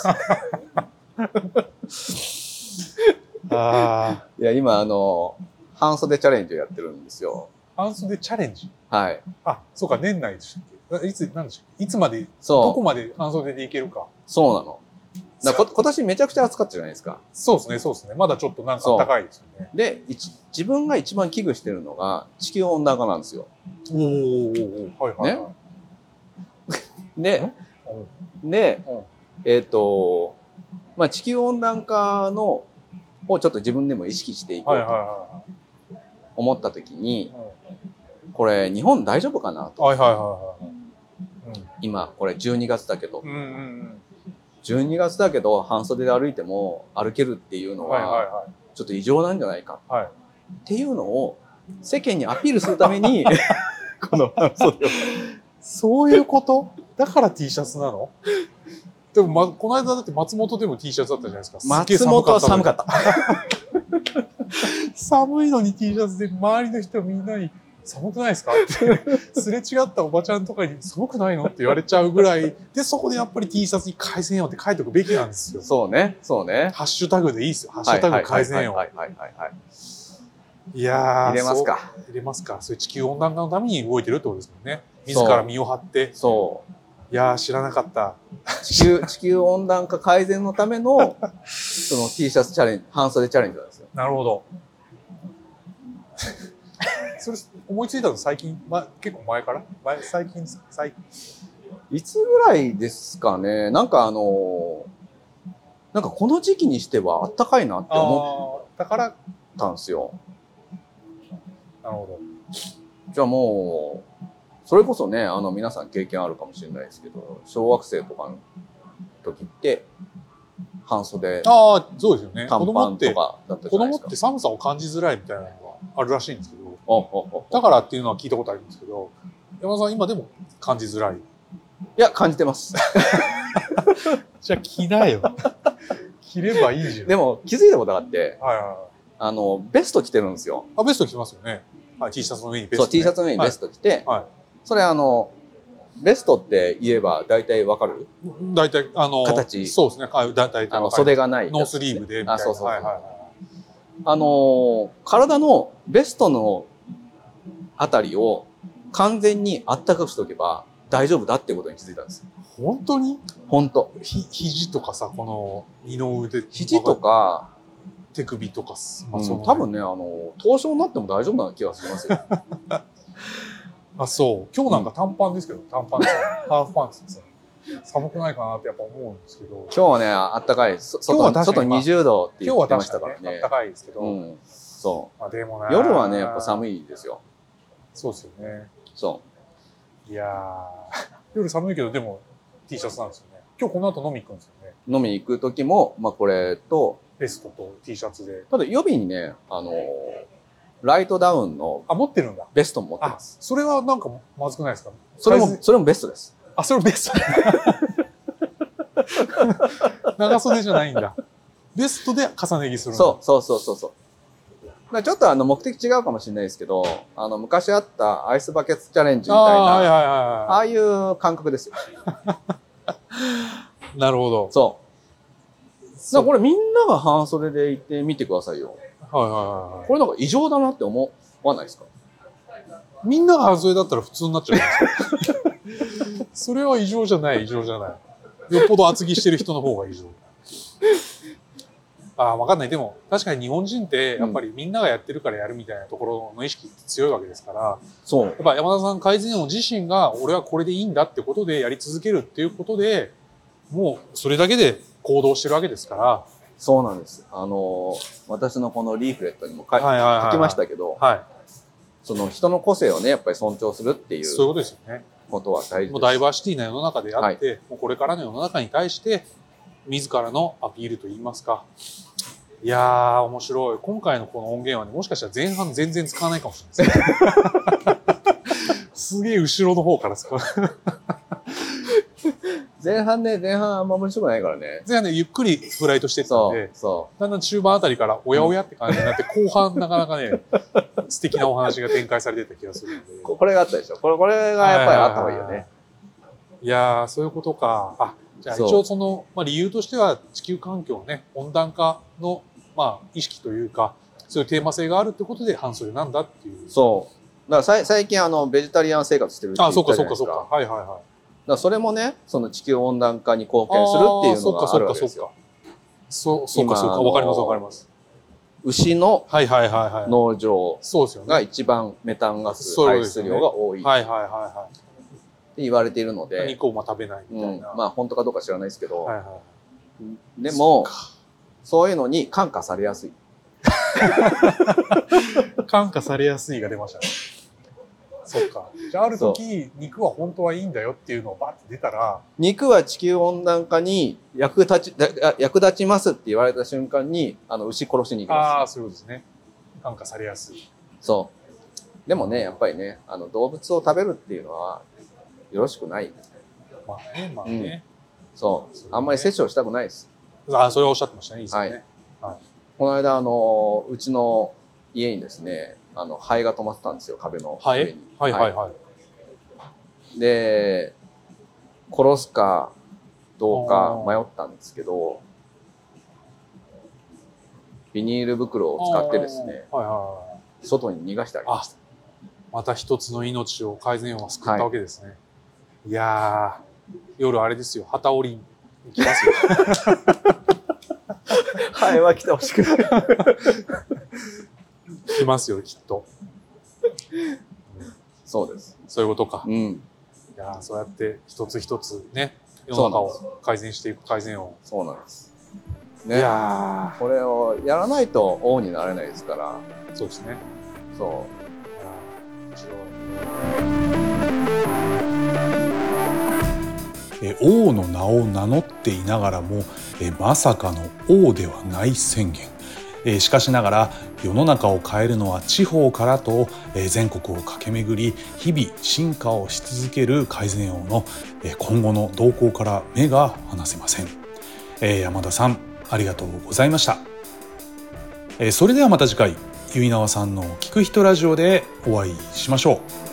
あいや、今、あの、半袖チャレンジをやってるんですよ。 半袖チャレンジはい。 あ、そうか、年内でしたっけいつ、なんでしたっけいつまで、どこまで半袖でいけるか。 そうなの。だこ今年めちゃくちゃ暑かったじゃないですか。 そうですね、そうですね。まだちょっとなんか高いですよね。 で、自分が一番危惧してるのが地球温暖化なんですよ。 おー、はいはいはい。ねで、で、えっと、まあ、地球温暖化のをちょっと自分でも意識していこうと思ったときに、これ日本大丈夫かなと。今これじゅうにがつだけど、じゅうにがつだけど半袖で歩いても歩けるっていうのはちょっと異常なんじゃないかっていうのを世間にアピールするためにこの半袖を。 そういうこと？だから T シャツなの？でも、ま、この間だって松本でも T シャツだったじゃないですか。 松本は寒かった。 寒いのに T シャツで周りの人みんなに寒くないですかってすれ違ったおばちゃんとかに寒くないのって言われちゃうぐらいで、そこでやっぱり T シャツに改善をって書いておくべきなんですよ。 そうね、そうね。 ハッシュタグでいいですよ。ハッシュタグ改善を。いやー、 入れますか。 入れますか。そういう地球温暖化のために動いてるってことですもんね。自ら身を張って。 そう。 いやー知らなかった。 地球、地球温暖化改善のための、その T シャツチャレンジ、半袖チャレンジなんですよ。 なるほど。それ、思いついたの最近、ま、結構前から前、最近、最近。 いつぐらいですかね。なんかあの、なんかこの時期にしてはあったかいなって思ったんですよ。 なるほど。 じゃあもう、 それこそね、あの皆さん経験あるかもしれないですけど、小学生とかの時って半袖ああ、そうですよね。 短パンとかだったじ子ゃないですか。 供って寒さを感じづらいみたいなのがあるらしいんですけど、 おおおだからっていうのは聞いたことあるんですけど、山田さん今でも感じづらい。 いや、感じてます。 じゃあ着なよ。着ればいいじゃん。 でも気づいたことがあって、 はいはいはい。 あのベスト着てるんですよ。 あ、ベスト着てますよね。はい、T シャツの上にベスト、ね。 そう、T シャツの上にベスト着て、 はい。 それあのベストって言えば大体わかる？ 大体あの形。 そうですね。はい、大体あの袖がないやつ、ね。 ノースリーブでみたいな。 あ、そうそうそう。 はいはいはい。 あの体のベストのあたりを完全にあったかくしておけば大丈夫だっていうことに気づいたんです。 本当に？ 本当。 ひ肘とかさ、この二の腕、 肘とか手首とか、 まあ、その多分ね、あの凍傷になっても大丈夫な気がしますよ。 あ、そう。今日なんか短パンですけど、短パンですよ。ハーフパンツですよ。寒くないかなってやっぱ思うんですけど。 今日はね、あったかい。外は外にじゅうどって言ってましたからね。 今日は確かにね、あったかいですけど。 うん、そう。 まあ、でもね、 夜はね、やっぱ寒いですよ。 そうですよね。 そう。 いやー、夜寒いけど、でも T シャツなんですよね。今日この後飲み行くんですよね。 飲みに行く時も、まあこれと、 ベストと T シャツで。 ただ予備にね、あの、ライトダウンのあ、持ってるんだ。 ベストも持ってます。 それはなんかまずくないですか？ それも、それもベストです。 あ、それもベスト。長袖じゃないんだ。ベストで重ね着するんだ。 そうそうそうそうそう。ちょっとあの目的違うかもしれないですけど、あの昔あったアイスバケツチャレンジみたいな、あ,、はいはいはいはい、ああいう感覚ですよ。 なるほど。 そう。だからこれみんなが半袖でいてみてくださいよ。 はいはいはいはい。 これなんか異常だなって思わないですか？ みんなが半袖だったら普通になっちゃうんですよ。それは異常じゃない、異常じゃない。よっぽど厚着してる人の方が異常。ああ、わかんない。でも、確かに日本人って、やっぱりみんながやってるからやるみたいなところの意識って強いわけですから、 そう。 やっぱ山田さん改善王自身が、俺はこれでいいんだってことでやり続けるっていうことで、もうそれだけで行動してるわけですから。 そうなんです。あの、私のこのリーフレットにも書きましたけど、はい、その人の個性をね、やっぱり尊重するっていう。 そういうことですよね。 ことは大事です。 もうダイバーシティな世の中であって、はい、もうこれからの世の中に対して、自らのアピールといいますか。いやー、面白い。今回のこの音源はね、もしかしたら前半全然使わないかもしれないです。すげえ後ろの方から使う。 前半ね、前半あんま面白くないからね。 前半ね、ゆっくりフライトしてったんで、そうそうだんだん中盤あたりからおやおやって感じになって、後半なかなかね、素敵なお話が展開されてた気がするので。 これがあったでしょ。これ、これがやっぱりあった方がいいよね。 いやー、そういうことか。あ、じゃあ一応その、まあ、理由としては地球環境のね、温暖化の、まあ、意識というか、そういうテーマ性があるってことで半袖なんだっていう。そう。 だからさ最近あの、ベジタリアン生活してるって言ったじゃないですか。 あ、そうかそうかそうか。はいはいはい。 だからそれもね、その地球温暖化に貢献するっていうのがあるわけですよ。 そうそうかそうか。わかりますわかります。 牛の農場が一番メタンガス排出量が多い。 はいはいはいはい。 って言われているので。 肉をまあ食べないみたいな。 うん、まあ本当かどうか知らないですけど。はいはい、でも、そういうのに感化されやすい。 感化されやすいが出ましたね。そっか。じゃあある時、肉は本当はいいんだよっていうのをバッて出たら。 肉は地球温暖化に役立ち、役立ちますって言われた瞬間に、あの、牛殺しに行きます。 ああ、そういうことですね。感化されやすい。 そう。でもね、やっぱりね、あの、動物を食べるっていうのは、よろしくない。 まあね、まあね。 うん、そう。あんまり摂取をしたくないです。 ああ、それはおっしゃってましたね。いいですね。はいはい、この間、あの、うちの家にですね、あの、ハエが止まってたんですよ、壁の上に。 はいはいはい。 で、殺すかどうか迷ったんですけど、ビニール袋を使ってですね、はいはい、外に逃がしてあげました。 また一つの命を改善を救ったわけですね。はい、いやー、夜あれですよ、旗織りに来ますよ。 ハエは来てほしくない。 来ますよ、きっと。 そうです。 そういうことか。 うん。いやそうやって一つ一つね、世の中を改善していく改善を。 そうなんです。ね。いやこれをやらないと王になれないですから。 そうですね。 そう。 いや面白い。 え王の名を名乗っていながらもえまさかの王ではない宣言。えしかしながら世の中を変えるのは地方からとえ全国を駆け巡り日々進化をし続ける改善王のえ今後の動向から目が離せません。え山田さんありがとうございました。えそれではまた次回ゆいなわさんの聞く人ラジオでお会いしましょう。